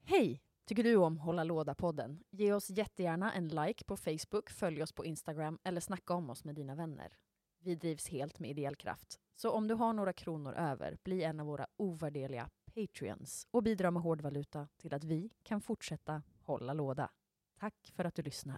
Hej! Tycker du om Hålla Låda-podden? Ge oss jättegärna en like på Facebook, följ oss på Instagram eller snacka om oss med dina vänner. Vi drivs helt med ideell kraft. Så om du har några kronor över, bli en av våra ovärdeliga Patreons och bidra med hårdvaluta till att vi kan fortsätta hålla låda. Tack för att du lyssnar.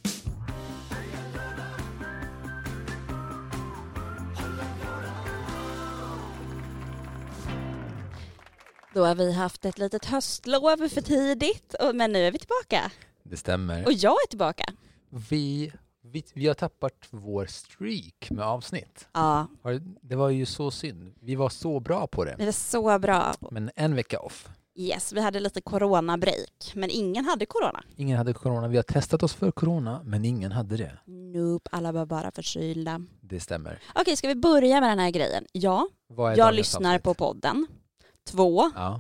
Då har vi haft ett litet höstlov för tidigt, men nu är vi tillbaka. Det stämmer. Och jag är tillbaka. Vi har tappat vår streak med avsnitt. Ja, Det var ju så synd. Vi var så bra på det. det var så bra. Men en vecka off. Yes, vi hade lite coronabreak, men ingen hade corona. Ingen hade corona. Vi har testat oss för corona, men ingen hade det. Nope, alla var bara förkylda. Det stämmer. Okej, ska vi börja med den här grejen? Ja, Vad är jag dagens lyssnar avsnitt? på podden. 2. Ja.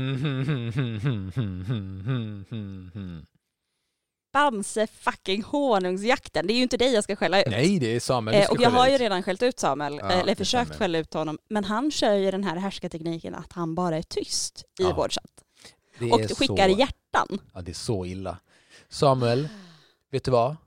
Bamse fucking honungsjakten. Det är ju inte dig jag ska skälla ut. Nej, det är Samuel. Du ska Och jag skälla har ju ut. redan skällt ut Samuel, Ja, eller det försökt stämmer. skälla ut honom. Men han kör ju den här härskartekniken att han bara är tyst i Ja, vår chatt. Det Och är skickar så, hjärtan. Ja, det är så illa. Samuel, vet du vad?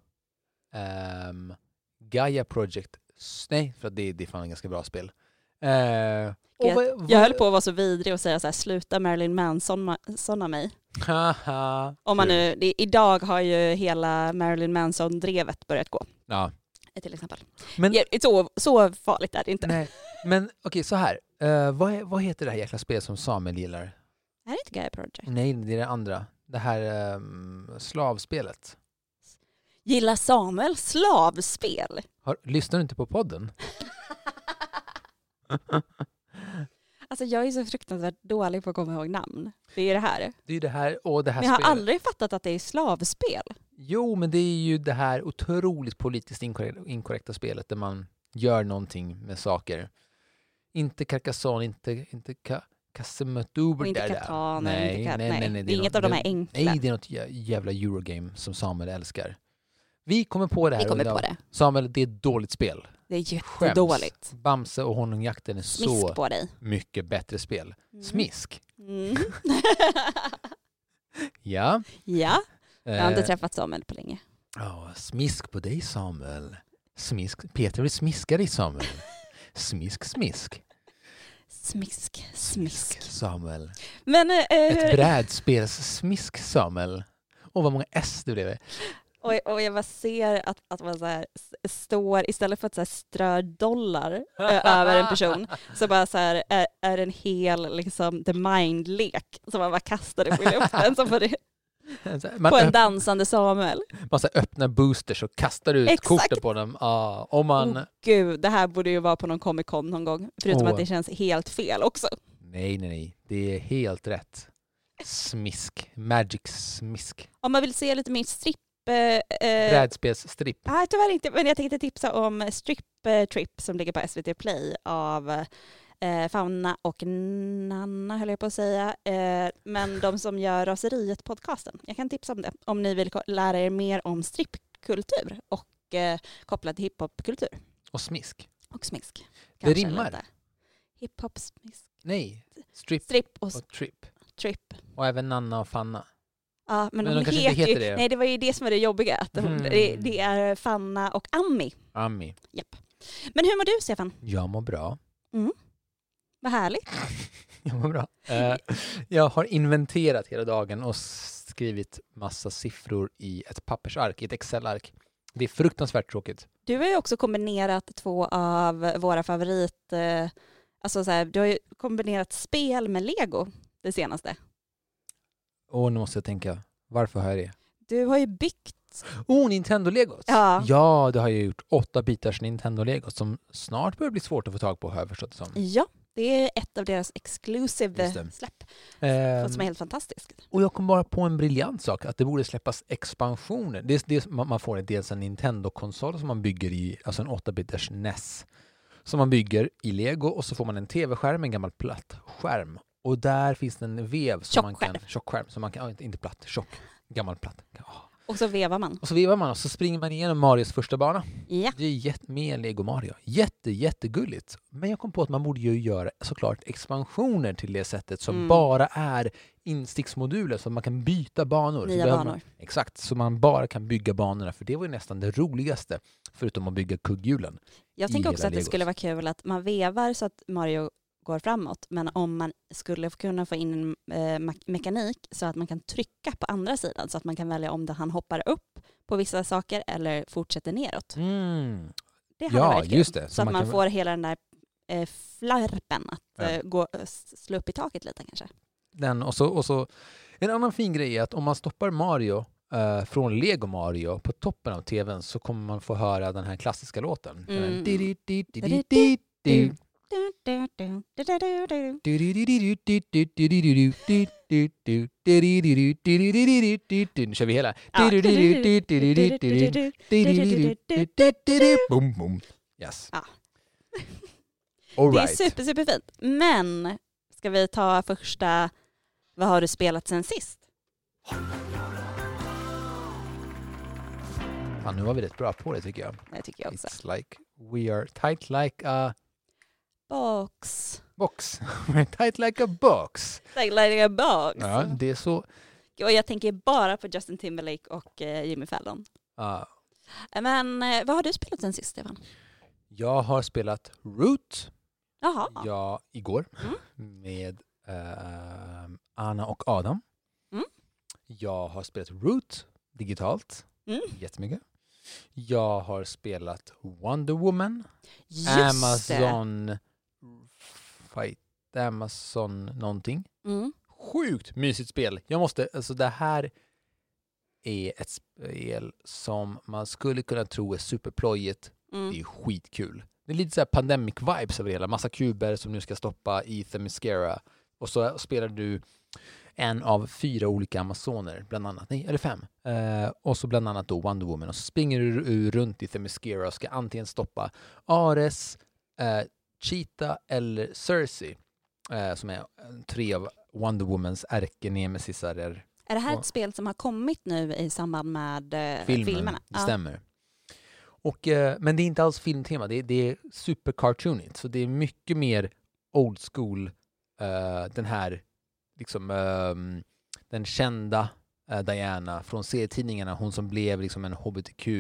Gaia Project. Nej, för att det är fan en ganska bra spel. Jag höll på att vara så vidrig och säga så här: sluta Marilyn Manson av mig. Om man nu, idag har ju hela Marilyn Manson-drevet börjat gå. Ja. Till exempel. Men, Så farligt är det inte. nej, men okej, så här. Vad heter det här jäkla spelet som Samuel gillar? Är det inte Gaia Project? Nej, det är det andra. Det här slavspelet. Gillar Samuel slavspel? Lyssnar du inte på podden? Alltså jag är så fruktansvärt dålig på att komma ihåg namn. Det är det här. Det är ju det här och det här Men jag har spelet. aldrig fattat att det är slavspel. Jo, men det är ju det här otroligt politiskt inkorrekta spelet där man gör någonting med saker. Inte Carcassonne, inte Casamatuber. Och inte Catan. Nej. Det är inget av de här enkla. Nej, det är något jävla Eurogame som Samuel älskar. Vi kommer på det här. Vi kommer idag. på det. Samuel, det är ett dåligt spel. Det är Skäms. jättedåligt. Bamse och honungjakten är Smisk så på dig. mycket bättre spel. Mm. Smisk. Mm. Ja. Ja, jag har inte Eh, träffat Samuel på länge. smisk på dig, Samuel. Smisk. Peter vill smiska dig, Samuel. Smisk. Smisk. Samuel. Men Ett brädspels-smisk, Samuel. Vad många S det blev. och jag bara ser att man så här står, istället för att så här strö dollar över en person, så bara så här är en hel liksom the mind-lek som man bara kastade på luften som på, på en dansande Samuel. Man så öppnar boosters och kastar ut Exakt. kortet på dem. Om man... Gud, det här borde ju vara på någon Comic Con någon gång. Förutom att det känns helt fel också. Nej. Det är helt rätt. Smisk. Magic smisk. Om man vill se lite mer stripp... Brädspelsstripp. Nej, tyvärr inte. Men jag tänkte tipsa om Strip Trip som ligger på SVT Play av Fauna och Nanna, höll jag på att säga. Men de som gör Raseriet-podcasten. Jag kan tipsa om det. Om ni vill lära er mer om strippkultur och kopplat till hiphopkultur. Och smisk. Och smisk. Det rimmar. Hiphop, smisk. Nej. Strip Stripp och trip. trip. Och även Nanna och Fanna. Ja, men de de kanske inte heter heter ju, det. nej, det var ju det som var det jobbiga. Att det är Fanna och Ammi. Ami. Japp. Men hur mår du, Stefan? Jag mår bra. Vad härligt. Jag mår bra. Jag har inventerat hela dagen och skrivit massa siffror i ett pappersark, i ett Excel-ark. Det är fruktansvärt tråkigt. Du har ju också kombinerat 2 av våra favorit... alltså så här, du har ju kombinerat spel med Lego det senaste. Och nu måste jag tänka, varför har jag det? Du har ju byggt... Nintendo-legos! Ja. Ja, det har jag gjort. 8 bitars Nintendo-legos som snart börjar bli svårt att få tag på, har jag förstått det som. Ja, det är ett av deras exclusive Just det. släpp. Ehm, Som är helt fantastiskt. Och jag kom bara på en briljant sak, att det borde släppas expansioner. Man får dels en Nintendo-konsol som man bygger i, alltså en 8-bitars NES. Som man bygger i Lego och så får man en tv-skärm, en gammal platt skärm. Och där finns det en vev som man kan... Tjockskärm. Som man kan, inte platt, tjock. Gammal platt. Och så vevar man. Och så vevar man och så springer man igenom Marios första bana. Ja. Det är med Lego Mario. Jättegulligt. Men jag kom på att man borde ju göra såklart expansioner till det sättet som bara är insticksmoduler så att man kan byta banor. Nya så banor. Exakt, så man bara kan bygga banorna. För det var ju nästan det roligaste, förutom att bygga kugghjulen. Jag tänker i också hela att det Legos. skulle vara kul att man vevar så att Mario går framåt. Men om man skulle kunna få in mekanik så att man kan trycka på andra sidan. Så att man kan välja om han hoppar upp på vissa saker eller fortsätter neråt. Mm. Det hade varit kul. Just det. Så att man kan... får hela den där flarpen att Ja. slå upp i taket lite kanske. Den, och så en annan fin grej är att om man stoppar Mario från Lego Mario på toppen av tvn så kommer man få höra den här klassiska låten. Mm. Nu kör vi hela. Ja. Boom, boom. Yes. Ja. All Det är right. superfint. Men ska vi ta första, vad har du spelat sen sist? Fan, nu var vi rätt bra på det tycker jag. Det tycker jag också. It's like we are tight like a Box. box. We're tight like a box. Like a box. Ja, det är så. Och jag tänker bara på Justin Timberlake och Jimmy Fallon. Men vad har du spelat sen sist, Stefan? Jag har spelat Root. Jaha. Ja, igår. Med Anna och Adam. Mm. Jag har spelat Root digitalt. Jättemycket. Jag har spelat Wonder Woman. Just Amazon Fight. Amazon någonting. det. Sjukt mysigt spel. Alltså det här är ett spel som man skulle kunna tro är superplojigt. Det är skitkul. Det är lite så här pandemic vibes över hela. Massa kuber som nu ska stoppa i Themyscira. Och så spelar du en av 4 olika amazoner, bland annat. Nej, eller 5. Och så bland annat då Wonder Woman. Och så springer du runt i Themyscira och ska antingen stoppa Ares, Cheetah eller Cersei. Som är 3 av Wonder Womans ärkenemesisar. Är det här ett spel som har kommit nu i samband med filmerna? Det stämmer. Och, men det är inte alls filmtema. Det är super cartoonigt. Så det är mycket mer old school. Den här liksom, den kända Diana från serietidningarna. Hon som blev liksom en hbtq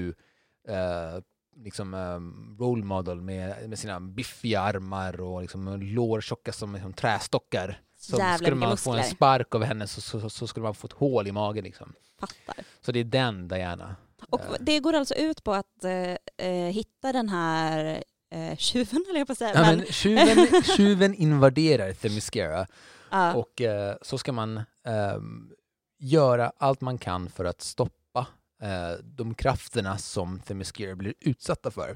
liksom, role model med sina biffiga armar och liksom, lårtjocka som liksom, trästockar. Så skulle man få en spark av henne så skulle man få ett hål i magen. Liksom. Fattar. Så det är den Diana. Och det går alltså ut på att hitta den här tjuven, eller jag på att säga. Ja, men tjuven invaderar Themyscira. Och så ska man göra allt man kan för att stoppa de krafterna som Themyscira blir utsatta för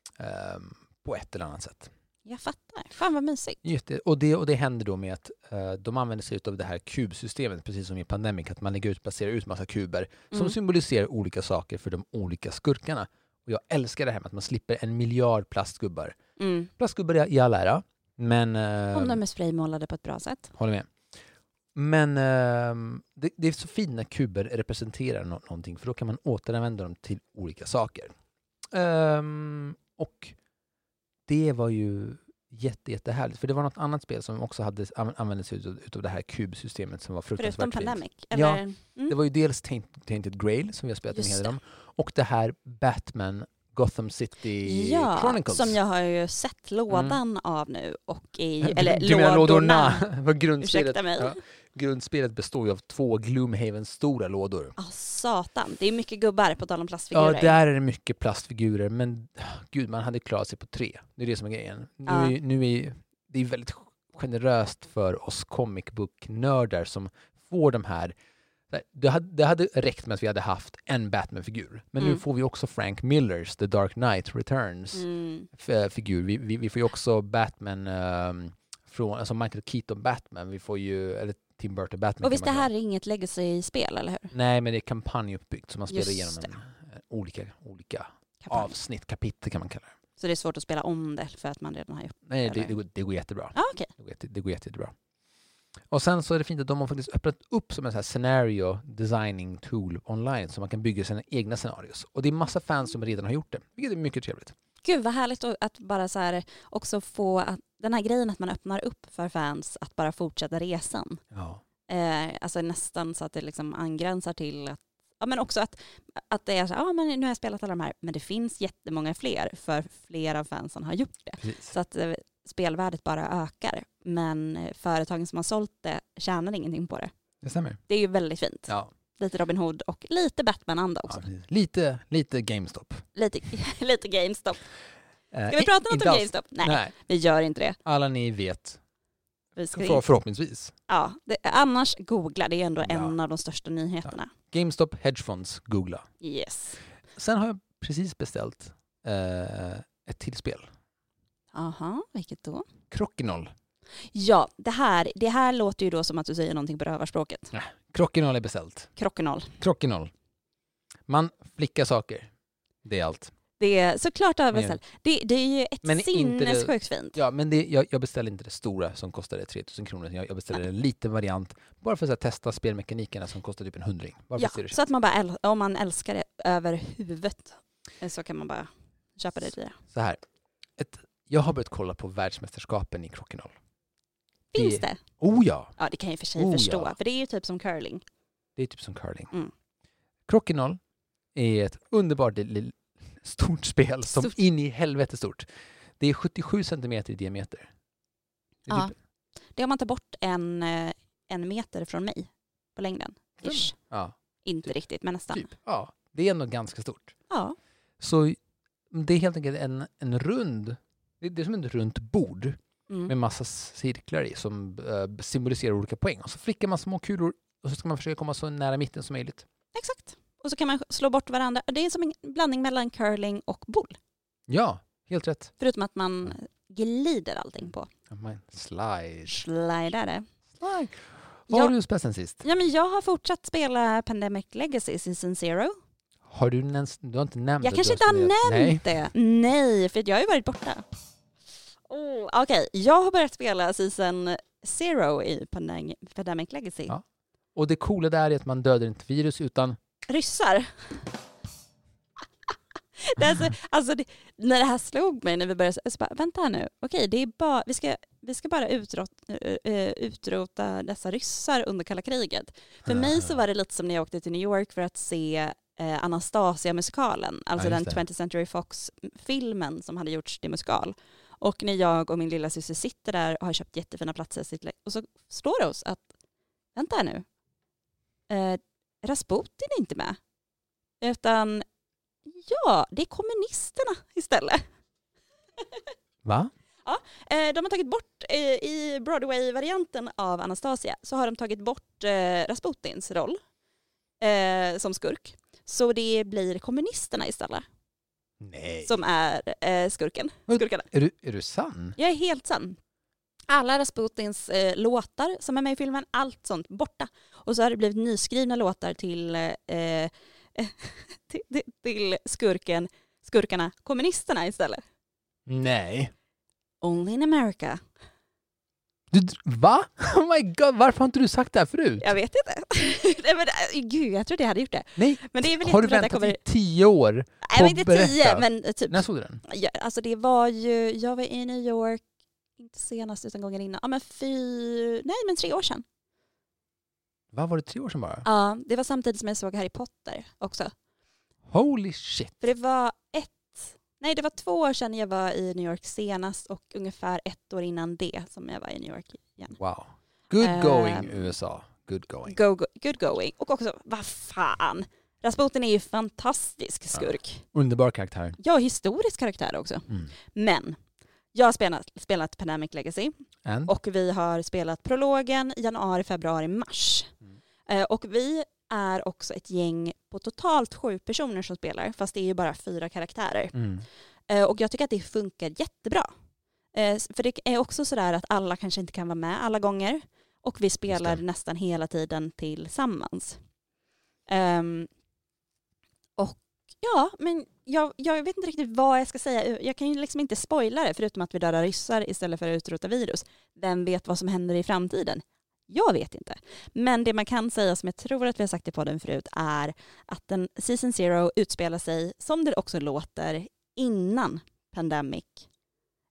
på ett eller annat sätt. Jag fattar. Fan vad mysigt. Och det händer då med att de använder sig av det här kubsystemet, precis som i Pandemic, att man placerar ut massa kuber som symboliserar olika saker för de olika skurkarna. Och jag älskar det här med att man slipper 1 miljard plastgubbar. Plastgubbar i all ära, men... om de är spraymålade på ett bra sätt. Håller med. Men det är så fint när kuber representerar någonting, för då kan man återanvända dem till olika saker. Och det var ju jättehärligt. För det var något annat spel som också hade använt sig utav det här kubsystemet som var fruktansvärt fint. Förutom Pandemic? Eller? Ja, det var ju dels Tainted Grail som vi har spelat en hel del om. Och det här Batman Gotham City Chronicles. Som jag har ju sett lådan av nu. Och eller du menar lådorna. Ursäkta mig. Ja, grundspelet består ju av 2 Gloomhaven stora lådor. Satan. Det är mycket gubbar på tal om plastfigurer. Ja, där är det mycket plastfigurer. Men gud, man hade klarat sig på 3. Det är det som är grejen. Det är väldigt generöst för oss comic book-nördar som får de här. Det hade räckt med att vi hade haft en Batman-figur. Men nu får vi också Frank Millers The Dark Knight Returns figur. Vi får ju också Batman från, alltså Michael Keaton Batman. Vi får ju, eller Tim Burton Batman. Och visst, det här är inget legacy-spel, eller hur? Nej, men det är kampanjuppbyggt. Så man spelar igenom olika avsnitt, kapitel kan man kalla det. Så det är svårt att spela om det för att man redan har gjort det? Nej, det går jättebra. Okay. Det går jättebra. Och sen så är det fint att de har faktiskt öppnat upp som en sån här scenario designing tool online så man kan bygga sina egna scenarios. Och det är massa fans som redan har gjort det, vilket är mycket trevligt. Gud vad härligt att bara så här också få den här grejen att man öppnar upp för fans att bara fortsätta resan. Ja. Alltså nästan så att det liksom angränsar till att, ja, men också att det är så, ja, men nu har jag spelat alla de här, men det finns jättemånga fler, för flera av fansen har gjort det. Precis. Så att spelvärdet bara ökar, men företagen som har sålt det tjänar ingenting på det. Det stämmer. Det är ju väldigt fint. Ja. Lite Robin Hood och lite Batman-anda också. Ja, lite GameStop. Lite GameStop. Ska vi prata något om GameStop? Nej, vi gör inte det. Alla ni vet. Vi ska Förhoppningsvis. Ja, annars googla. Det är ändå en av de största nyheterna. Ja. GameStop Hedge Funds, googla. Yes. Sen har jag precis beställt ett till spel. Aha, vilket då? Crokinole. Ja, det här låter ju då som att du säger någonting på rövarspråket. Ja, Crokinole är beställt. Crokinole. Man flickar saker. Det är allt. Det är såklart överbeställt. Det är ju ett sinnessjukt fint. Ja, men jag beställer inte det stora som kostade 3000 kronor. Jag beställer en liten variant bara för att testa spelmekanikerna som kostar typ en 100. Ja, så att man bara, om man älskar det över huvudet så kan man bara köpa det till. Så här. Jag har börjat kolla på världsmästerskapen i Crokinole. Finns det? Oh ja! Ja, det kan jag i och för sig förstå. Ja. För det är ju typ som curling. Det är typ som curling. Mm. Crokinole är ett underbart stort spel som in i helvete stort. Det är 77 centimeter i diameter. Ja. Det har man tagit bort en meter från mig på längden. Ish. Ja. Inte riktigt, men nästan. Typ. Ja, det är ändå ganska stort. Ja. Så det är helt enkelt en rund, det är som ett runt bord med massa cirklar i som symboliserar olika poäng. Och så flickar man små kulor och så ska man försöka komma så nära mitten som möjligt. Exakt. Och så kan man slå bort varandra. Det är som en blandning mellan curling och boll. Ja, helt rätt. Förutom att man glider allting på. Man slide. Slidare. Slide. Vad har du spelat sen sist? Ja, men jag har fortsatt spela Pandemic Legacy Season 0. Du har inte nämnt det? Jag kanske inte har nämnt det. Nej, för jag har ju varit borta. Okej, jag har börjat spela Season 0 i Pandemic Legacy. Ja. Och det coola där är att man dödar inte virus utan ryssar. När det här slog mig när vi började så bara, vänta här nu. Okej, det är bara vi ska bara utrota dessa ryssar under kalla kriget. För mig så var det lite som när jag åkte till New York för att se Anastasia-musikalen. Alltså den 20th Century Fox-filmen som hade gjorts till musikal. Och när jag och min lilla syster sitter där och har köpt jättefina platser och så slår det oss att vänta här nu. Rasputin är inte med. Utan ja, det är kommunisterna istället. Va? Ja, de har tagit bort i Broadway-varianten av Anastasia så har de tagit bort Rasputins roll som skurk. Så det blir kommunisterna istället. Nej. Som är skurkarna. Är du sann? Jag är helt sann. Alla Rasputins låtar som är med i filmen, allt sånt borta. Och så har det blivit nyskrivna låtar till skurkarna, kommunisterna istället. Nej. Only in America. Va? Oh my god, varför har inte du sagt det här förut? Jag vet inte. Nej, men, gud, jag trodde jag hade gjort det. Nej, men det är väl har du väntat i 10 år på Nej, inte berätta? 10, men typ. När såg du den? Ja, alltså det var ju, jag var i New York, inte senast utan gången innan. Ja, men 3 år sedan. Vad var det 3 år sedan bara? Ja, det var samtidigt som jag såg Harry Potter också. Holy shit. För det var 2 år sedan jag var i New York senast och ungefär 1 år innan det som jag var i New York igen. Wow. Good going USA. Good going. Good going. Och också, vad fan. Rasputin är ju fantastisk skurk. Ja. Underbar karaktär. Ja, historisk karaktär också. Mm. Men jag har spelat Pandemic Legacy. Och vi har spelat prologen januari, februari, mars. Mm. Och vi är också ett gäng på totalt 7 personer som spelar, fast det är ju bara 4 karaktärer. Mm. Och jag tycker att det funkar jättebra. För det är också sådär att alla kanske inte kan vara med alla gånger. Och vi spelar nästan hela tiden tillsammans. Och ja, men jag vet inte riktigt vad jag ska säga. Jag kan ju liksom inte spoila det, förutom att vi dödar ryssar istället för att utrota virus. Vem vet vad som händer i framtiden? Jag vet inte. Men det man kan säga, som jag tror att vi har sagt i podden förut, är att Season 0 utspelar sig, som det också låter, innan Pandemic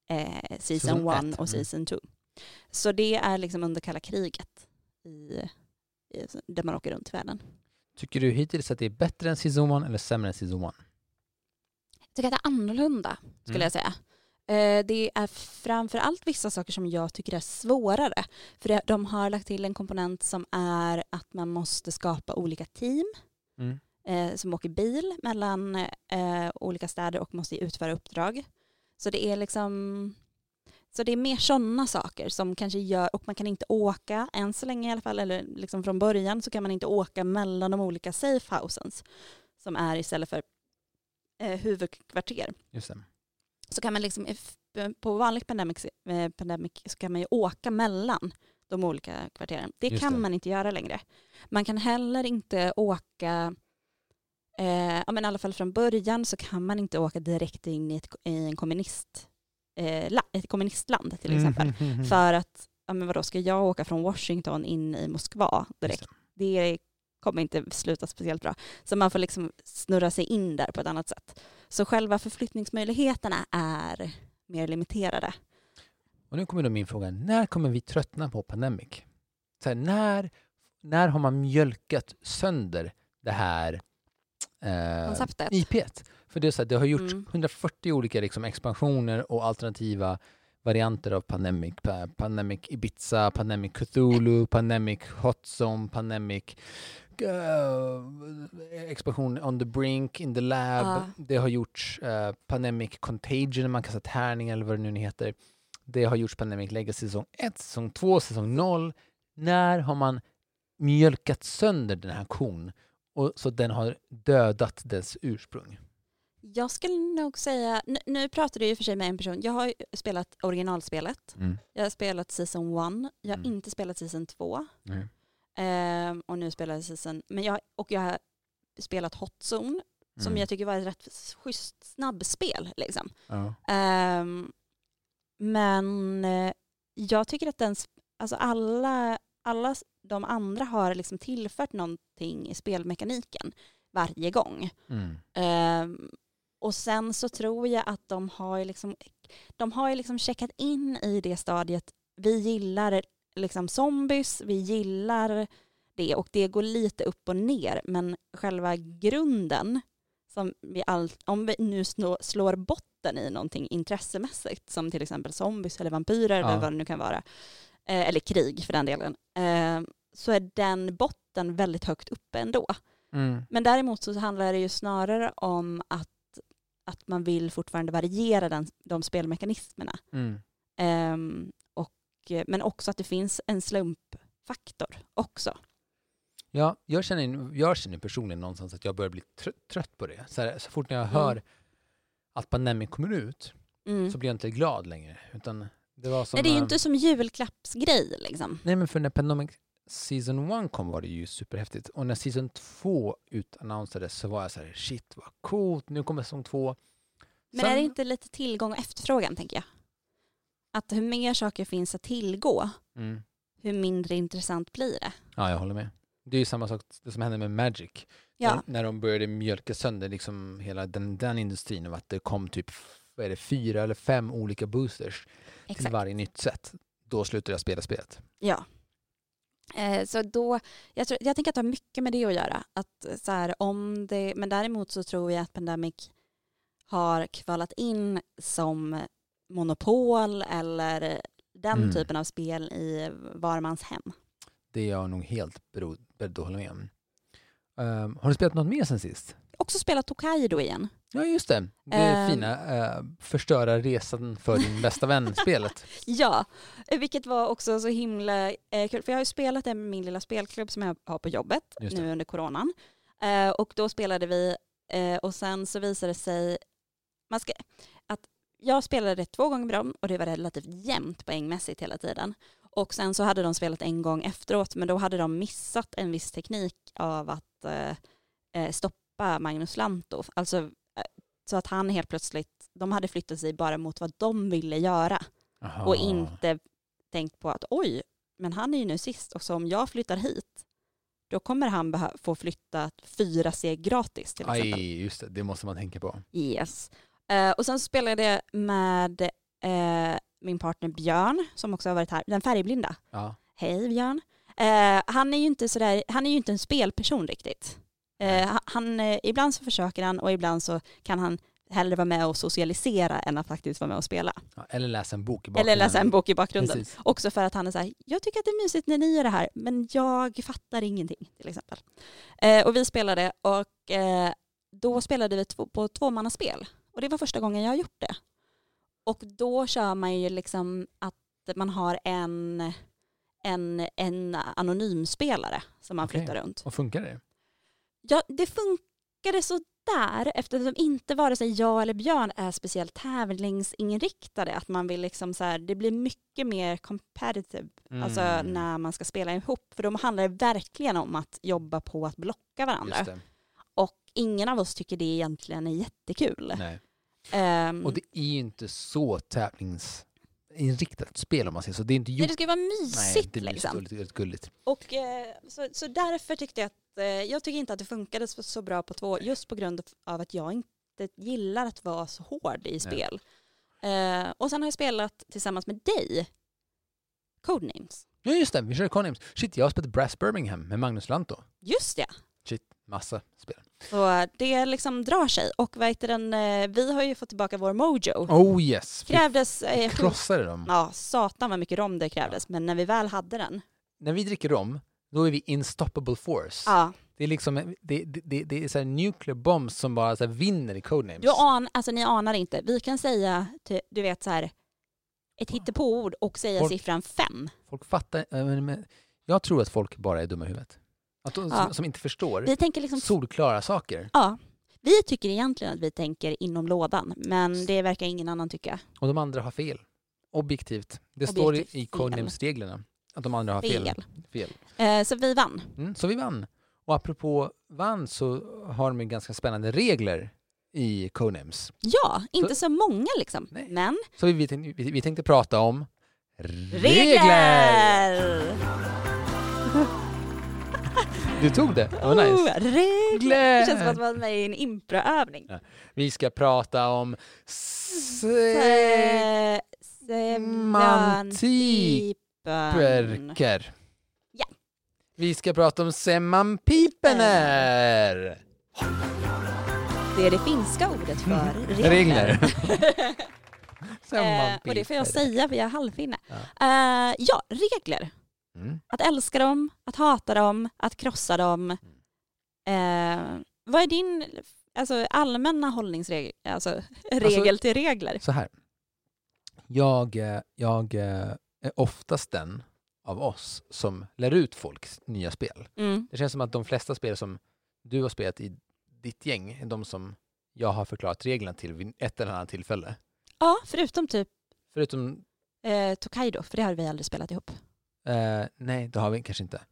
Season 1 och Season 2. Så det är liksom under kalla kriget i där man åker runt i världen. Tycker du hittills att det är bättre än Season 1 eller sämre än Season 1? Jag tycker att det är annorlunda, skulle jag säga. Det är framförallt vissa saker som jag tycker är svårare. För de har lagt till en komponent som är att man måste skapa olika team som åker bil mellan olika städer och måste utföra uppdrag. Så det är liksom... Så det är mer sådana saker som kanske gör, och man kan inte åka än så länge i alla fall, eller liksom från början så kan man inte åka mellan de olika safe housens som är istället för huvudkvarter. Just det. Så kan man liksom, på vanlig pandemic så kan man ju åka mellan de olika kvarteren. Det kan man inte göra längre. Man kan heller inte åka, men i alla fall från början så kan man inte åka direkt in i ett kommunistland till exempel. För att, men vadå, ska jag åka från Washington in i Moskva direkt? Det kommer inte sluta speciellt bra. Så man får liksom snurra sig in där på ett annat sätt. Så själva förflyttningsmöjligheterna är mer limiterade. Och nu kommer då min fråga, när kommer vi tröttna på Pandemic? Så här, när har man mjölkat sönder det här konceptet? IP:t? För det är så att det har gjorts 140 olika liksom expansioner och alternativa varianter av Pandemic. Pandemic Ibiza, Pandemic Cthulhu, Pandemic Hot Zone, Pandemic expansion On the Brink, In the Lab. Det har gjorts Pandemic Contagion, man kastar tärningar eller vad det nu heter. Det har gjorts Pandemic Legacy säsong 1, säsong 2, säsong 0. När har man mjölkat sönder den här kon och så den har dödat dess ursprung? Jag skulle nog säga, nu pratar du ju för sig med en person. Jag har spelat originalspelet. Jag har spelat Season 1. Jag har inte spelat Season 2. Och nu spelar jag Season... jag har spelat Hot Zone som jag tycker var ett rätt schysst snabbspel. Liksom. Men jag tycker att alla de andra har liksom tillfört någonting i spelmekaniken varje gång. Och sen så tror jag att de har liksom checkat in i det stadiet. Vi gillar liksom zombies, vi gillar det och det går lite upp och ner, men själva grunden som om vi nu slår botten i någonting intressemässigt som till exempel zombies eller vampyrer eller vad det nu kan vara, eller krig för den delen, så är den botten väldigt högt uppe ändå. Men däremot så handlar det ju snarare om att man vill fortfarande variera de spelmekanismerna. Men också att det finns en slumpfaktor också. Ja, jag känner personligen någonstans att jag börjar bli trött på det. Så fort när jag hör att Pandemic kommer ut så blir jag inte glad längre. Utan det var som nej, det är ju inte som julklappsgrej liksom. Nej, men för när Pandemic Season 1 kom var det ju superhäftigt. Och när Season 2 utannonserades så var jag så här, shit vad coolt, nu kommer Säsong 2. Men är det inte lite tillgång och efterfrågan, tänker jag? Att hur mer saker finns att tillgå, hur mindre intressant blir det? Ja, jag håller med. Det är ju samma sak det som hände med Magic. Ja. När de började mjölka sönder liksom hela den industrin och att det kom typ 4 eller 5 olika boosters till varje nytt sätt. Då slutade jag spela spelet. Ja. Så då, jag tänker att det har mycket med det att göra. Att, så här, men däremot så tror jag att Pandemic har kvalat in som monopol eller den typen av spel i varmans hem. Det är jag nog helt beredd att hålla med om. Har du spelat något mer sen sist? Också spelat Tokaido igen. Ja, just det. Det är fina förstöra resan för din bästa vän-spelet. Ja, vilket var också så himla kul. För jag har ju spelat det med min lilla spelklubb som jag har på jobbet nu under coronan. Och då spelade vi och sen så visade det sig att jag spelade det 2 gånger med dem och det var relativt jämnt poängmässigt hela tiden. Och sen så hade de spelat en gång efteråt, men då hade de missat en viss teknik av att stoppa Magnus Lantto. Alltså så att han helt plötsligt, de hade flyttat sig bara mot vad de ville göra. Aha. Och inte tänkt på att oj, men han är ju nu sist och så om jag flyttar hit då kommer han få flytta 4 steg gratis till exempel. Aj, just det måste man tänka på. Yes. Och sen spelade jag med min partner Björn som också har varit här, den färgblinda. Ja. Hej Björn. Han är ju inte en spelperson riktigt. Ibland så försöker han och ibland så kan han hellre vara med och socialisera än att faktiskt vara med och spela. Ja, eller läsa en bok i bakgrunden. Precis. Också för att han är så här, jag tycker att det är mysigt när ni gör det här, men jag fattar ingenting till exempel. Och vi spelade och då spelade vi på tvåmannaspel. Och det var första gången jag har gjort det. Och då kör man ju liksom att man har en anonym spelare som man flyttar runt. Och funkar det? Ja, det funkade så där eftersom inte vare sig jag eller Björn är speciellt tävlingsinriktade. Att man vill liksom så här, det blir mycket mer competitive alltså när man ska spela ihop. För då handlar det verkligen om att jobba på att blocka varandra. Och ingen av oss tycker det egentligen är jättekul. Nej. Och det är ju inte så tävlingsinriktat spel om man säger så. Det är inte gjort... Nej, det ska ju vara mysigt. Nej, det liksom. Lite gulligt. Och så därför tyckte jag att jag tycker inte att det funkade så bra på två just på grund av att jag inte gillar att vara så hård i spel. Och sen har jag spelat tillsammans med dig Codenames. Ja just det, vi kör Codenames. Shit, jag har spelat Brass Birmingham med Magnus Lanto. Just det. Shit, massa spel. Så det liksom drar sig. Och vi har ju fått tillbaka vår Mojo. Oh yes. Krävdes... krossade dem. Ja, satan vad mycket rom det krävdes. Ja. Men när vi väl hade den. När vi dricker rom, då är vi unstoppable force. Ja. Det är liksom det är så här nuclear bombs som bara så här vinner i Codenames. Ni anar inte. Vi kan säga, du vet så här, ett hittepåord och säga siffran 5. Folk fattar. Jag tror att folk bara är dumma i huvudet. Som inte förstår vi tänker liksom, solklara saker. Ja. Vi tycker egentligen att vi tänker inom lådan, men det verkar ingen annan tycka. Och de andra har fel. Objektivt. Det står i Codenames-reglerna att de andra har fel. Så vi vann. Så vi vann. Och apropå vann så har de ganska spännande regler i Codenames. Ja, inte så många liksom. Nej. Men... Så vi tänkte prata om regler! Du tog det. Det var nice. Regler! Det känns som att man var med i en improövning. Ja. Vi ska prata om semantiker. Ja. Vi ska prata om semanpipener. Det är det finska ordet för regler. Och det får jag säga, för jag är halvfinne. Regler. Att älska dem, att hata dem, att krossa dem. Vad är din allmänna hållningsregel, regel till regler? Så här. Jag är oftast den av oss som lär ut folks nya spel. Det känns som att de flesta spel som du har spelat i ditt gäng är de som jag har förklarat reglerna till vid ett eller annat tillfälle. Ja, förutom Tokaido, för det har vi aldrig spelat ihop. Nej, det har vi kanske inte.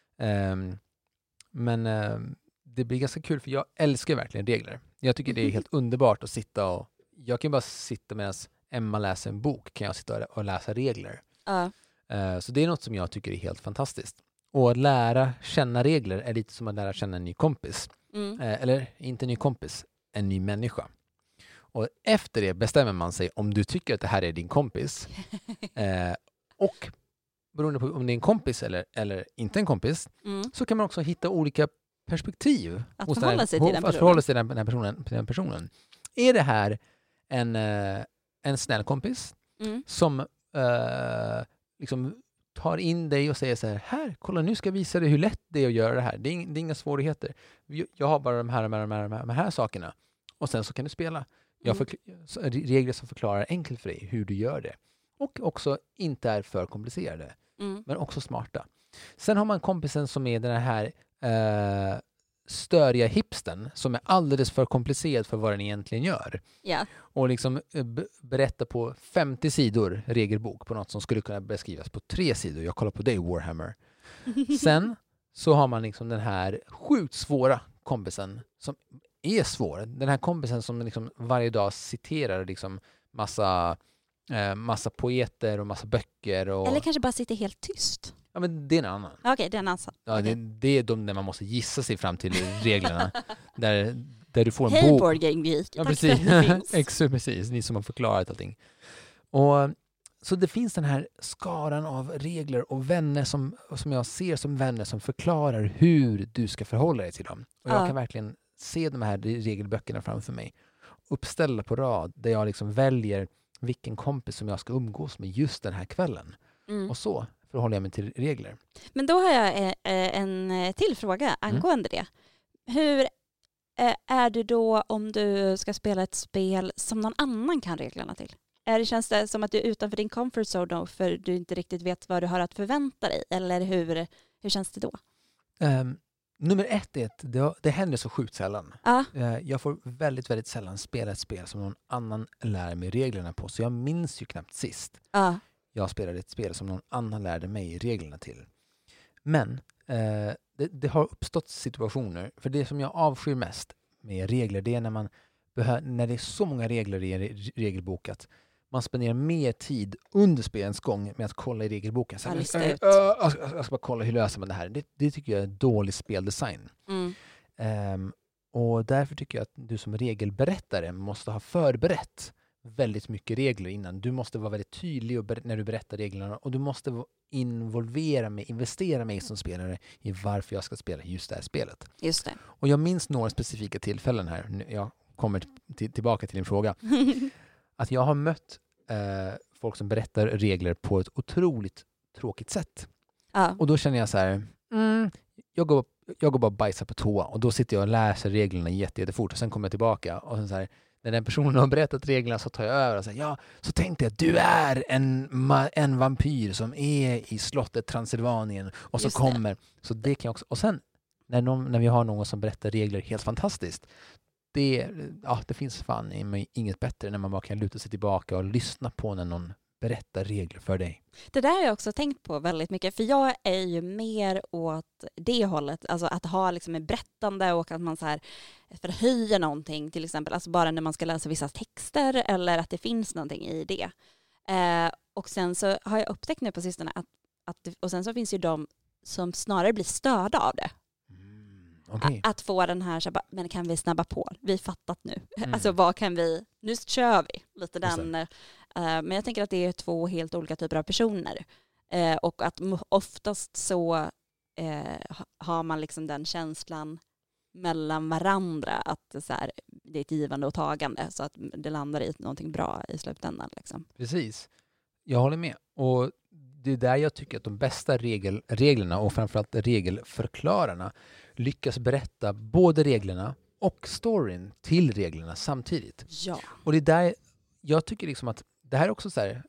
Men det blir ganska kul för jag älskar verkligen regler. Jag tycker det är helt underbart att sitta och... Jag kan bara sitta medan Emma läser en bok, kan jag sitta och läsa regler. Så det är något som jag tycker är helt fantastiskt. Och att lära känna regler är lite som att lära känna en ny kompis. Eller inte en ny kompis, en ny människa. Och efter det bestämmer man sig om du tycker att det här är din kompis. Och beroende på om det är en kompis eller inte en kompis, så kan man också hitta olika perspektiv. Att förhålla sig till den personen. Är det här en snäll kompis som liksom tar in dig och säger så här, kolla nu ska jag visa dig hur lätt det är att göra det här. Det är inga svårigheter. Jag har bara de här sakerna. Och sen så kan du spela. Regler som förklarar enkelt för dig hur du gör det. Och också inte är för komplicerade. Men också smarta. Sen har man kompisen som är den här störiga hipsten som är alldeles för komplicerad för vad den egentligen gör. Yeah. Och liksom berätta på 50 sidor regelbok på något som skulle kunna beskrivas på 3 sidor. Jag kollar på dig, Warhammer. Sen så har man liksom den här sjukt svåra kompisen som är svår. Den här kompisen som liksom varje dag citerar liksom massa poeter och massa böcker. Eller kanske bara sitter helt tyst. Ja, men det är en annan. Okej, det är en annan. Ja, okay. Det är de där man måste gissa sig fram till reglerna. där du får en Hej bok. Board Game Geek. Ja, precis. Precis. Ni som har förklarat allting. Och så det finns den här skaran av regler och vänner som jag ser som vänner som förklarar hur du ska förhålla dig till dem. Och jag kan verkligen se de här regelböckerna framför mig. Uppställda på rad där jag liksom väljer vilken kompis som jag ska umgås med just den här kvällen. Och så förhåller jag mig till regler. Men då har jag en till fråga angående det. Hur är du då om du ska spela ett spel som någon annan kan reglerna till? Känns det som att du är utanför din comfort zone då, för du inte riktigt vet vad du har att förvänta dig? Eller hur känns det då? Nummer 1 är att det händer så sjukt sällan. Jag får väldigt, väldigt sällan spela ett spel som någon annan lär mig reglerna på. Så jag minns ju knappt sist. Jag spelade ett spel som någon annan lärde mig reglerna till. Men det har uppstått situationer. För det som jag avskyr mest med regler, det är när det är så många regler i en regelbok att man spenderar mer tid under spelens gång med att kolla i regelboken. Så jag ska bara kolla hur löser man det här. Det tycker jag är dålig speldesign. Och därför tycker jag att du som regelberättare måste ha förberett väldigt mycket regler innan. Du måste vara väldigt tydlig när du berättar reglerna och du måste investera mig som spelare i varför jag ska spela just det här spelet. Just det. Och jag minns några specifika tillfällen här. Jag kommer tillbaka till din fråga. Att jag har mött folk som berättar regler på ett otroligt tråkigt sätt. Och då känner jag så här, jag går bara bajsa på toa och då sitter jag och läser reglerna jättefort och sen kommer jag tillbaka och sen så här, när den personen har berättat reglerna så tar jag över och säger så tänkte jag att du är en vampyr som är i slottet Transylvanien och så kommer så det kan jag också, och sen när vi har någon som berättar regler helt fantastiskt, det finns fan inget bättre när man bara kan luta sig tillbaka och lyssna på när någon berättar regler för dig. Det där har jag också tänkt på väldigt mycket, för jag är ju mer åt det hållet, alltså att ha liksom en berättande och att man så här förhöjer någonting till exempel, alltså bara när man ska läsa vissa texter eller att det finns någonting i det. Och sen så har jag upptäckt nu på sistone och sen så finns ju de som snarare blir störda av det. Okay. Att få den här, men kan vi snabba på? Vi fattat nu. Alltså vad kan vi, nu kör vi lite den. Men jag tänker att det är 2 helt olika typer av personer. Och att oftast så har man liksom den känslan mellan varandra att så här, det är ett givande och tagande så att det landar i någonting bra i slutändan. Liksom. Precis. Jag håller med. Och det är där jag tycker att de bästa reglerna och framförallt regelförklararna lyckas berätta både reglerna och storyn till reglerna samtidigt. Ja. Och det är där jag tycker liksom att det här är också så här,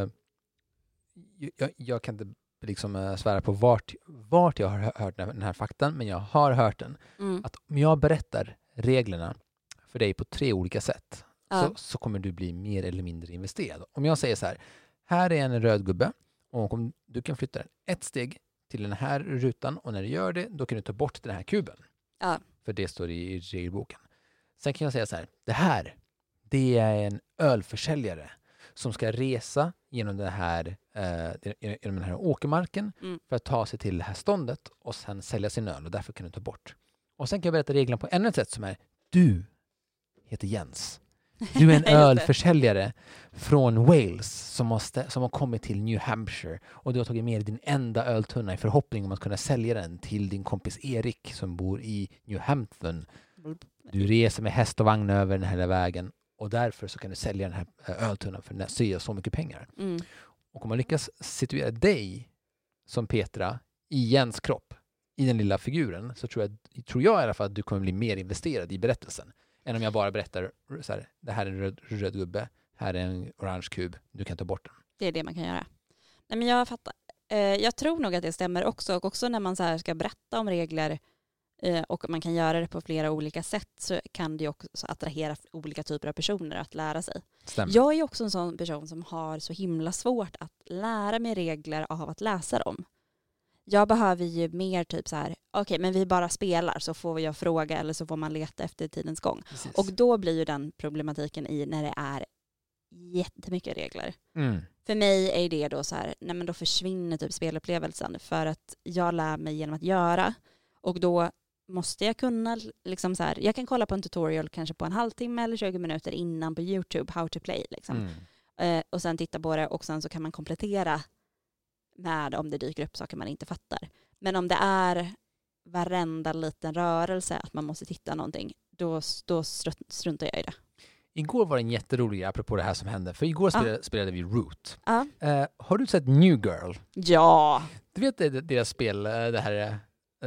jag kan inte liksom svära på vart jag har hört den här faktan, men jag har hört den. Att om jag berättar reglerna för dig på 3 olika sätt så kommer du bli mer eller mindre investerad. Om jag säger så här är en röd gubbe och om du kan flytta den 1 steg till den här rutan och när du gör det, då kan du ta bort den här kuben. För det står i regelboken. Sen kan jag säga så här, det är en ölförsäljare som ska resa genom den här åkermarken för att ta sig till det här ståndet och sen sälja sin öl och därför kan du ta bort. Och sen kan jag berätta reglerna på ännu ett sätt som är, du heter Jens. Du är en ölförsäljare från Wales som har kommit till New Hampshire och du har tagit med din enda öltunna i förhoppning om att kunna sälja den till din kompis Erik som bor i New Hampton. Du reser med häst och vagn över den här vägen och därför så kan du sälja den här öltunnan för så mycket pengar. Och om man lyckas situera dig som Petra i Jens kropp, i den lilla figuren, så tror jag i alla fall att du kommer bli mer investerad i berättelsen. Än om jag bara berättar så här, det här är en röd gubbe, här är en orange kub, du kan ta bort den. Det är det man kan göra. Nej, men jag fattar. Jag tror nog att det stämmer också. Och också när man så här ska berätta om regler och man kan göra det på flera olika sätt så kan det också attrahera olika typer av personer att lära sig. Stämmer. Jag är också en sån person som har så himla svårt att lära mig regler av att läsa dem. Jag behöver ju mer typ så här, okej, men vi bara spelar så får jag fråga eller så får man leta efter tidens gång. Precis. Och då blir ju den problematiken i när det är jättemycket regler. För mig är det då så här, nej men då försvinner typ spelupplevelsen för att jag lär mig genom att göra och då måste jag kunna liksom så här, jag kan kolla på en tutorial kanske på en halvtimme eller 20 minuter innan på YouTube how to play liksom. och sen titta på det och sen så kan man komplettera med om det dyker upp saker man inte fattar. Men om det är varenda liten rörelse att man måste titta någonting, då struntar jag i det. Igår var det en jätterolig grej apropå det här som hände. För igår spelade vi Root. Ja. Har du sett New Girl? Ja. Du vet deras spel, det här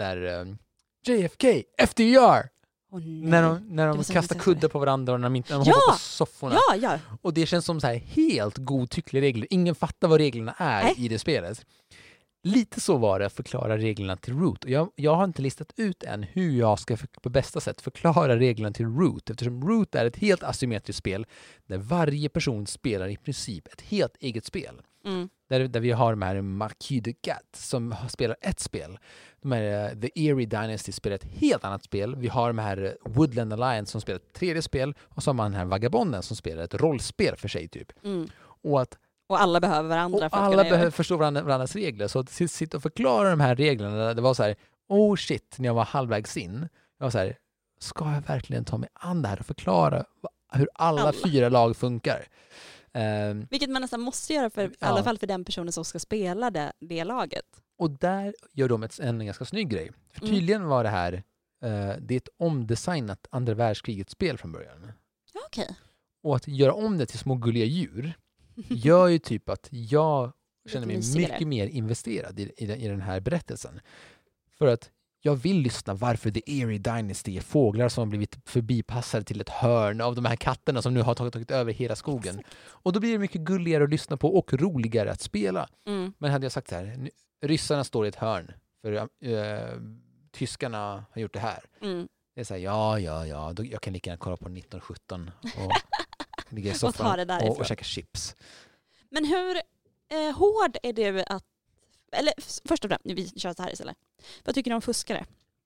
JFK, FDR. När de kastar kuddar på varandra och när de hoppar på sofforna. Ja. Och det känns som så här helt godtyckliga regler. Ingen fattar vad reglerna är i det spelet. Lite så var det att förklara reglerna till Root. Och jag har inte listat ut än hur jag ska på bästa sätt förklara reglerna till Root. Eftersom Root är ett helt asymmetriskt spel där varje person spelar i princip ett helt eget spel. Mm. Där vi har de här Marquis de Gat som spelar ett spel. De här The Eerie Dynasty spelar ett helt annat spel. Vi har de här Woodland Alliance som spelar ett tredje spel. Och så har man den här Vagabonden som spelar ett rollspel för sig typ. Mm. Och alla behöver varandra. Och alla behöver förstå varandras regler. Så att sitta och förklara de här reglerna, det var så här, oh shit, när jag var halvvägs in. Jag var så här, ska jag verkligen ta mig an det här och förklara hur alla 4 lag funkar? Vilket man nästan måste göra för i alla fall för den personen som ska spela det laget. Och där gör de en ganska snygg grej. För tydligen var det här det är ett omdesignat andra världskrigets spel från början. Okej. Och att göra om det till små gulliga djur gör ju typ att jag känner mig mycket mer investerad i den här berättelsen. För att jag vill lyssna varför The Eerie Dynasty är fåglar som har blivit förbipassade till ett hörn av de här katterna som nu har tagit över hela skogen. Och då blir det mycket gulligare att lyssna på och roligare att spela. Mm. Men hade jag sagt så här, ryssarna står i ett hörn för tyskarna har gjort det här. Mm. Det är så här, ja, jag kan lika gärna kolla på 1917 och ligga i soffan och käka chips. Men hur hård är du att... Eller först och främst, vi kör så här istället. Vad tycker du om fuskare?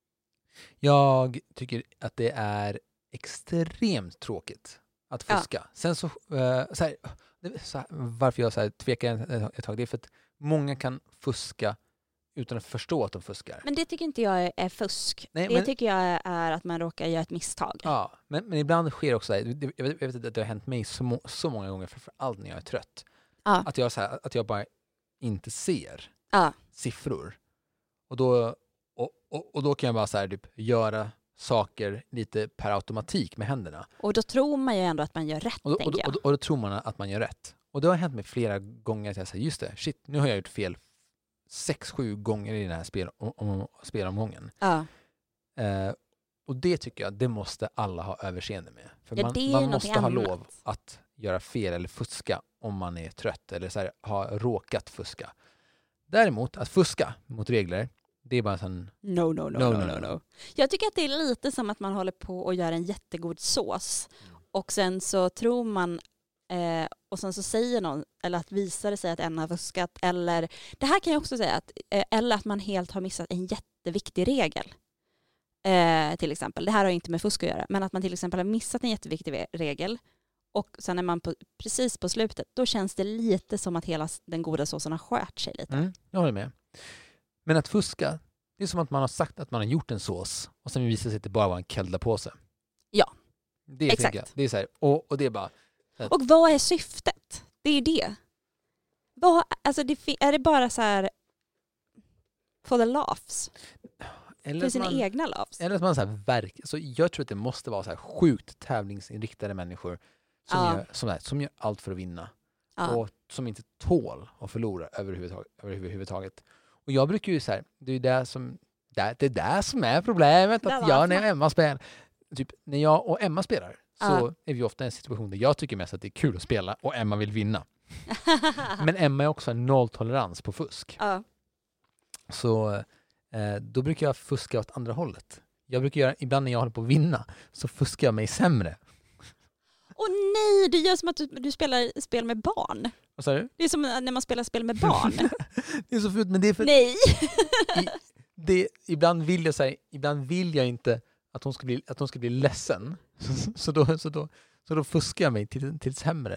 Jag tycker att det är extremt tråkigt att fuska. Ja. Sen så här, varför jag så här tvekar ett tag, det är för att många kan fuska utan att förstå att de fuskar. Men det tycker inte jag är fusk. Det tycker jag är att man råkar göra ett misstag. Ja, men ibland sker också jag vet att det har hänt mig så många gånger, framförallt när jag är trött. Ja. Att jag bara inte ser siffror. Och då kan jag bara så här, typ, göra saker lite per automatik med händerna. Och då tror man ju ändå att man gör rätt, och då tror man att man gör rätt. Och det har hänt mig flera gånger att jag säger, just det, shit, nu har jag gjort fel 6-7 gånger i den här spelomgången. Ja. Och det tycker jag, det måste alla ha överseende med. För man måste ha lov att göra fel eller fuska om man är trött eller så här, ha råkat fuska. Däremot, att fuska mot regler, det är bara sån... No. Jag tycker att det är lite som att man håller på och gör en jättegod sås. Och sen så tror man... och sen så säger någon, eller att visar det sig att en har fuskat, eller det här kan jag också säga, eller att man helt har missat en jätteviktig regel. Till exempel, det här har inte med fusk att göra, men att man till exempel har missat en jätteviktig regel och sen är man precis på slutet, då känns det lite som att hela den goda såsen har skört sig lite. Jag håller med. Men att fuska, det är som att man har sagt att man har gjort en sås och sen visar sig att det bara var en kelda-påse. Ja, det är exakt. Det är så här, och det är bara... Och vad är syftet? Det är det. Är det bara så här for the laughs? Eller för sina egna laughs? Eller att man så här så jag tror att det måste vara så här sjukt tävlingsinriktade människor som gör allt för att vinna. Och som inte tål att förlora överhuvudtaget. Och jag brukar ju så här, det är det som är problemet, att jag när Emma spelar, typ när jag och Emma spelar, så är vi ofta i en situation där jag tycker mest att det är kul att spela och Emma vill vinna. Men Emma är också en nolltolerans på fusk. Så då brukar jag fuska åt andra hållet. Jag brukar göra, ibland när jag håller på att vinna, så fuskar jag mig sämre. Åh nej, det gör som att du spelar spel med barn. Vad sa du? Det är som när man spelar spel med barn. Det är så fult, men det är för... Nej! Ibland vill jag inte att hon ska bli ledsen. Så då fuskar jag mig till sämre.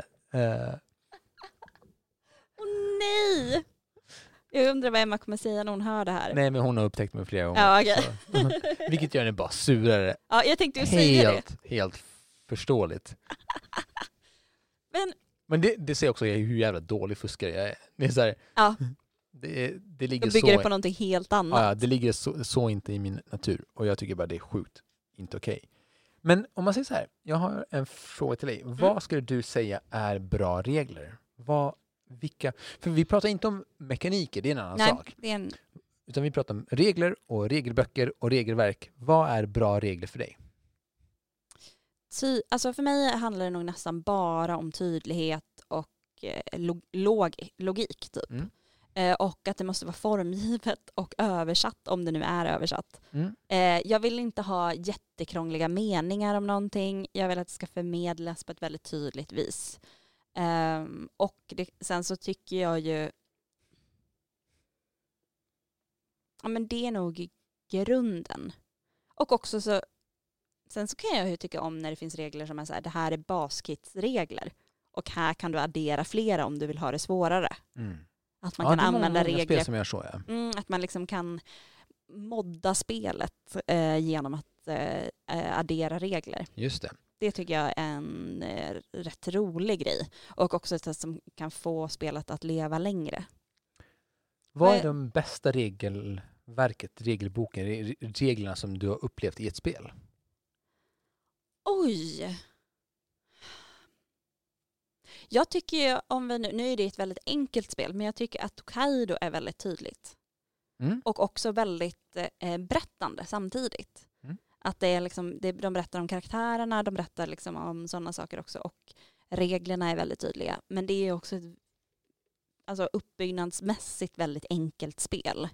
Åh nej! Jag undrar vad Emma kommer säga när hon hör det här. Nej, men hon har upptäckt mig flera gånger. Ja, okay. Vilket gör henne bara surare. Ja, jag tänkte ju säga det. Helt förståeligt. Men Men det säger också hur jävla dålig fuskare jag är. Det är så här, Ja. Det ligger Då bygger så... det på någonting helt annat. Ja, det ligger så inte i min natur. Och jag tycker bara det är sjukt. Inte okej. Men om man säger så här, jag har en fråga till dig. Vad skulle du säga är bra regler? För vi pratar inte om mekaniker, det är en annan sak. Det är en... Utan vi pratar om regler och regelböcker och regelverk. Vad är bra regler för dig? Alltså för mig handlar det nog nästan bara om tydlighet och logik typ. Och att det måste vara formgivet och översatt om det nu är översatt. Jag vill inte ha jättekrångliga meningar om någonting. Jag vill att det ska förmedlas på ett väldigt tydligt vis. Och sen så tycker jag ju... Ja, men det är nog grunden. Och också så... Sen så kan jag ju tycka om när det finns regler som är så här, det här är baskitsregler. Och här kan du addera flera om du vill ha det svårare. Att man kan använda regler. Spel som gör så, ja. Att man liksom kan modda spelet genom att addera regler. Just det. Det tycker jag är en rätt rolig grej. Och också ett sätt som kan få spelet att leva längre. Vad är de bästa regelboken, reglerna som du har upplevt i ett spel? Oj! Jag tycker ju, om vi nu är det ett väldigt enkelt spel, men jag tycker att Tokaido är väldigt tydligt. Och också väldigt berättande samtidigt. Att det är liksom, de berättar om karaktärerna, de berättar liksom om sådana saker också. Och reglerna är väldigt tydliga. Men det är också ett uppbyggnadsmässigt väldigt enkelt spel.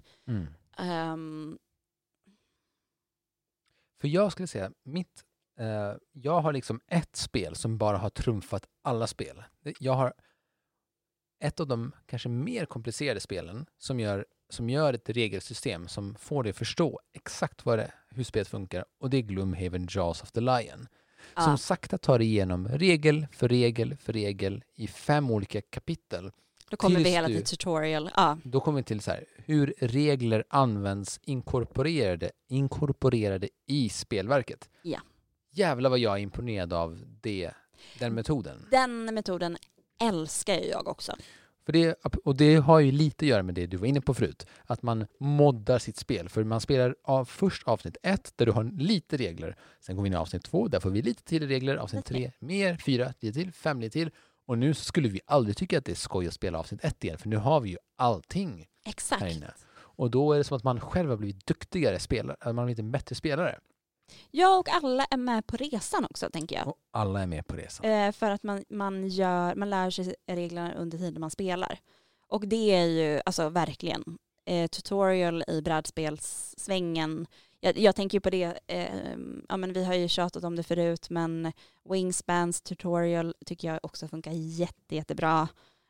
För jag skulle säga, jag har liksom ett spel som bara har trumfat alla spel. Jag har ett av de kanske mer komplicerade spelen som gör ett regelsystem som får dig att förstå exakt hur spelet funkar. Och det är Gloomhaven Jaws of the Lion. Som sakta tar igenom regel för regel i 5 olika kapitel. Då kommer vi hela till tutorial. Då kommer vi till så här, hur regler används inkorporerade i spelverket. Ja. Jävlar vad jag är imponerad av den metoden. Den metoden älskar jag också. Och det har ju lite att göra med det du var inne på förut. Att man moddar sitt spel. För man spelar först avsnitt 1 där du har lite regler. Sen går vi in i avsnitt 2, där får vi lite till regler. Avsnitt 3, mer, 4, lite till, 5 lite till. Och nu skulle vi aldrig tycka att det är skoj att spela avsnitt 1 igen. För nu har vi ju allting här inne. Och då är det som att man själv har blivit duktigare spelare. Man har blivit en bättre spelare. Ja, och alla är med på resan också, tänker jag. Och alla är med på resan. För att man lär sig reglerna under tiden man spelar. Och det är ju alltså verkligen tutorial i brädspelssvängen. Jag tänker ju på det, men vi har ju tjatat om det förut, men Wingspans tutorial tycker jag också funkar jättebra.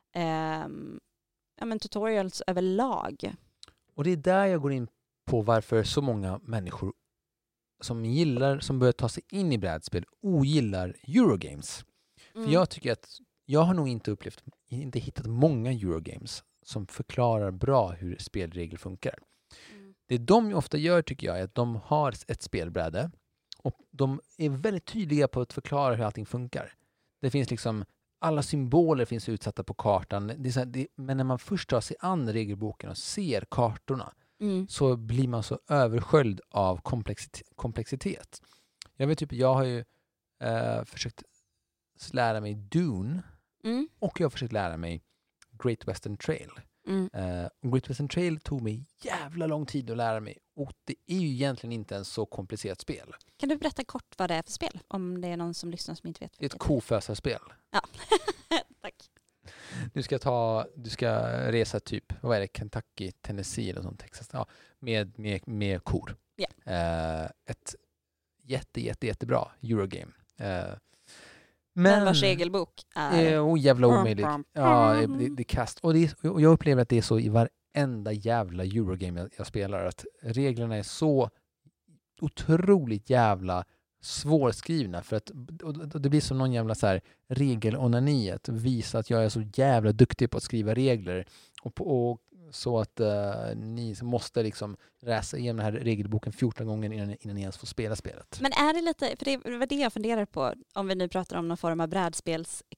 Men tutorials överlag. Och det är där jag går in på varför så många människor som börjar ta sig in i brädspel ogillar Eurogames. För jag tycker att jag har nog inte hittat många Eurogames som förklarar bra hur spelregler funkar. Det de ofta gör tycker jag är att de har ett spelbräde och de är väldigt tydliga på att förklara hur allting funkar. Det finns liksom, alla symboler finns utsatta på kartan. Men när man först tar sig an regelboken och ser kartorna så blir man så översköljd av komplexitet. Jag har ju försökt lära mig Dune och jag har försökt lära mig Great Western Trail. Great Western Trail tog mig jävla lång tid att lära mig och det är ju egentligen inte en så komplicerat spel. Kan du berätta kort vad det är för spel? Om det är någon som lyssnar som inte vet. Det är ett kofösarspel. Ja, tack. Du ska resa typ, vad är det, Kentucky, Tennessee eller sånt, Texas, med kor. Yeah. Ett jättebra Eurogame. Men vars regelbok är... jävla omöjligt. Ja, det är kast. Och jag upplever att det är så i varenda jävla Eurogame jag spelar, att reglerna är så otroligt jävla svårskrivna för att och det blir som någon jävla så här regelonani att visa att jag är så jävla duktig på att skriva regler och så att ni måste liksom läsa igenom den här regelboken 14 gånger innan ni ens får spela spelet. Men är det lite, för det var det jag funderar på, om vi nu pratar om någon form av brädspels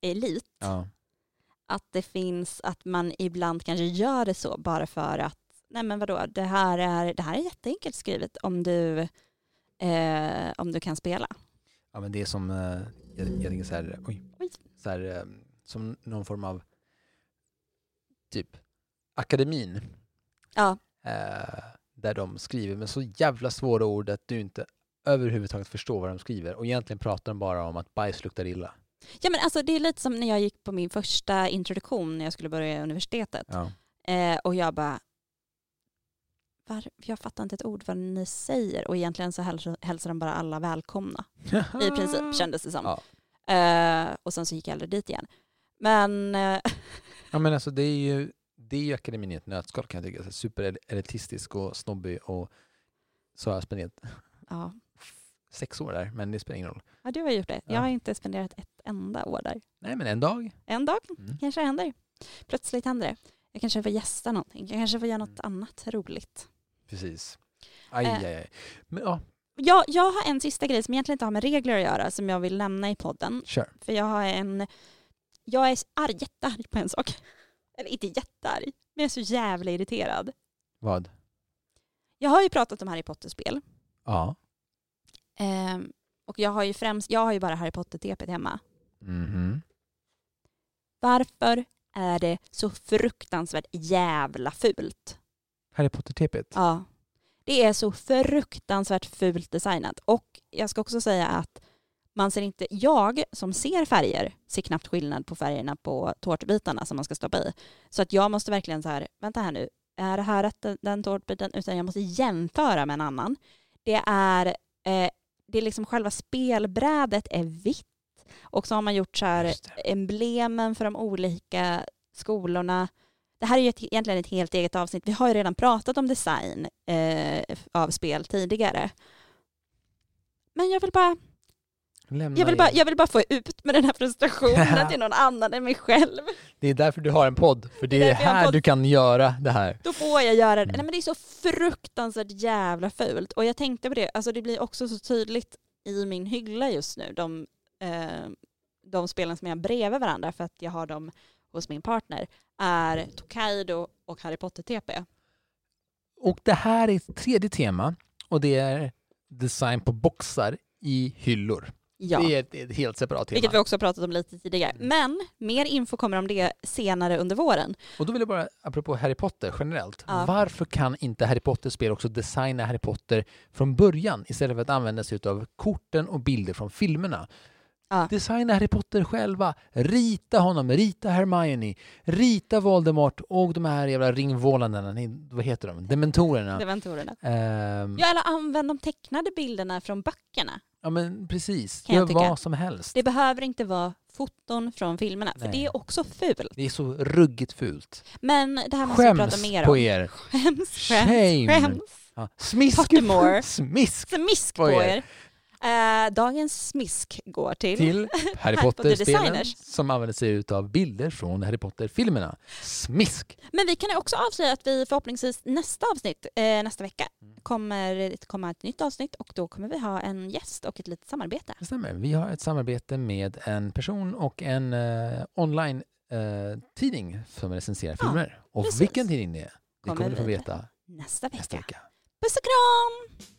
elit. Ja. Att det finns, att man ibland kanske gör det så bara för att, nej men vadå, det här är jätteenkelt skrivet om du kan spela. Ja, men det är som, jag tänker så här, så här, som någon form av typ akademin. Ja. Där de skriver med så jävla svåra ord att du inte överhuvudtaget förstår vad de skriver. Och egentligen pratar de bara om att bajs luktar illa. Ja, men alltså det är lite som när jag gick på min första introduktion när jag skulle börja universitetet. Ja. Och jag bara, jag fattar inte ett ord vad ni säger. Och egentligen så hälsar de bara alla välkomna. I princip kändes det som. Ja. Och sen så gick jag aldrig dit igen. Men... Ja, men alltså det är ju akademin i ett nötskal, kan jag tycka. Superelitistisk och snobbig, och så har jag spenderat 6 år där, men det spelar ingen roll. Ja, du har gjort det. Ja. Jag har inte spenderat ett enda år där. Nej, men en dag. En dag kanske det händer. Plötsligt händer det. Jag kanske får gästa någonting. Jag kanske får göra något annat roligt. Precis. Aj. Men Jag har en sista grej som egentligen inte har med regler att göra som jag vill nämna i podden. kör. För jag är jättearg på en sak. Eller inte jättearg, men jag är så jävla irriterad. Vad? Jag har ju pratat om Harry Potter-spel. Ja. Och jag har ju bara Harry Potter-TP hemma. Mhm. Varför är det så fruktansvärt jävla fult? Harry Potter-tepet? Ja. Det är så fruktansvärt fult designat. Och jag ska också säga att jag som ser färger ser knappt skillnad på färgerna på tårtbitarna som man ska stoppa i. Så att jag måste verkligen så här, vänta här nu, är det här rätt den tårtbiten? Utan jag måste jämföra med en annan. Det är liksom själva spelbrädet är vitt. Och så har man gjort så här emblemen för de olika skolorna. Det här är ju egentligen ett helt eget avsnitt. Vi har ju redan pratat om design av spel tidigare. Men jag vill bara få ut med den här frustrationen till någon annan än mig själv. Det är därför du har en podd. För det är här du kan göra det här. Då får jag göra det. Nej, men det är så fruktansvärt jävla fult. Och jag tänkte på det. Alltså det blir också så tydligt i min hylla just nu. De spelen som jag har bredvid varandra för att jag har dem hos min partner är Tokaido och Harry Potter-TP. Och det här är ett tredje tema. Och det är design på boxar i hyllor. Ja. Det är ett helt separat tema. Vilket vi också har pratat om lite tidigare. Men mer info kommer om det senare under våren. Och då vill jag bara, apropå Harry Potter generellt. Varför kan inte Harry Potter-spel också designa Harry Potter från början istället för att använda sig av korten och bilder från filmerna? Designa Harry Potter själva. Rita honom, rita Hermione, rita Voldemort och de här jävla ringvålandena. Vad heter de? Dementorerna. Ja, eller använd de tecknade bilderna från böckerna. Ja, men precis. Gör vad som helst. Det behöver inte vara foton från filmerna. För det är också fult. Det är så ruggigt fult. Men det här måste vi prata mer om. På er. Skäms. Ja. Smisk på er. Dagens smisk går till Harry Potter-spelen som använder sig av bilder från Harry Potter-filmerna. Smisk! Men vi kan också avslöja att vi förhoppningsvis nästa vecka kommer komma ett nytt avsnitt och då kommer vi ha en gäst och ett litet samarbete. Det stämmer. Vi har ett samarbete med en person och en online-tidning som recenserar filmer. Och vilken tidning det är, det kommer du få veta nästa vecka. Puss och kram!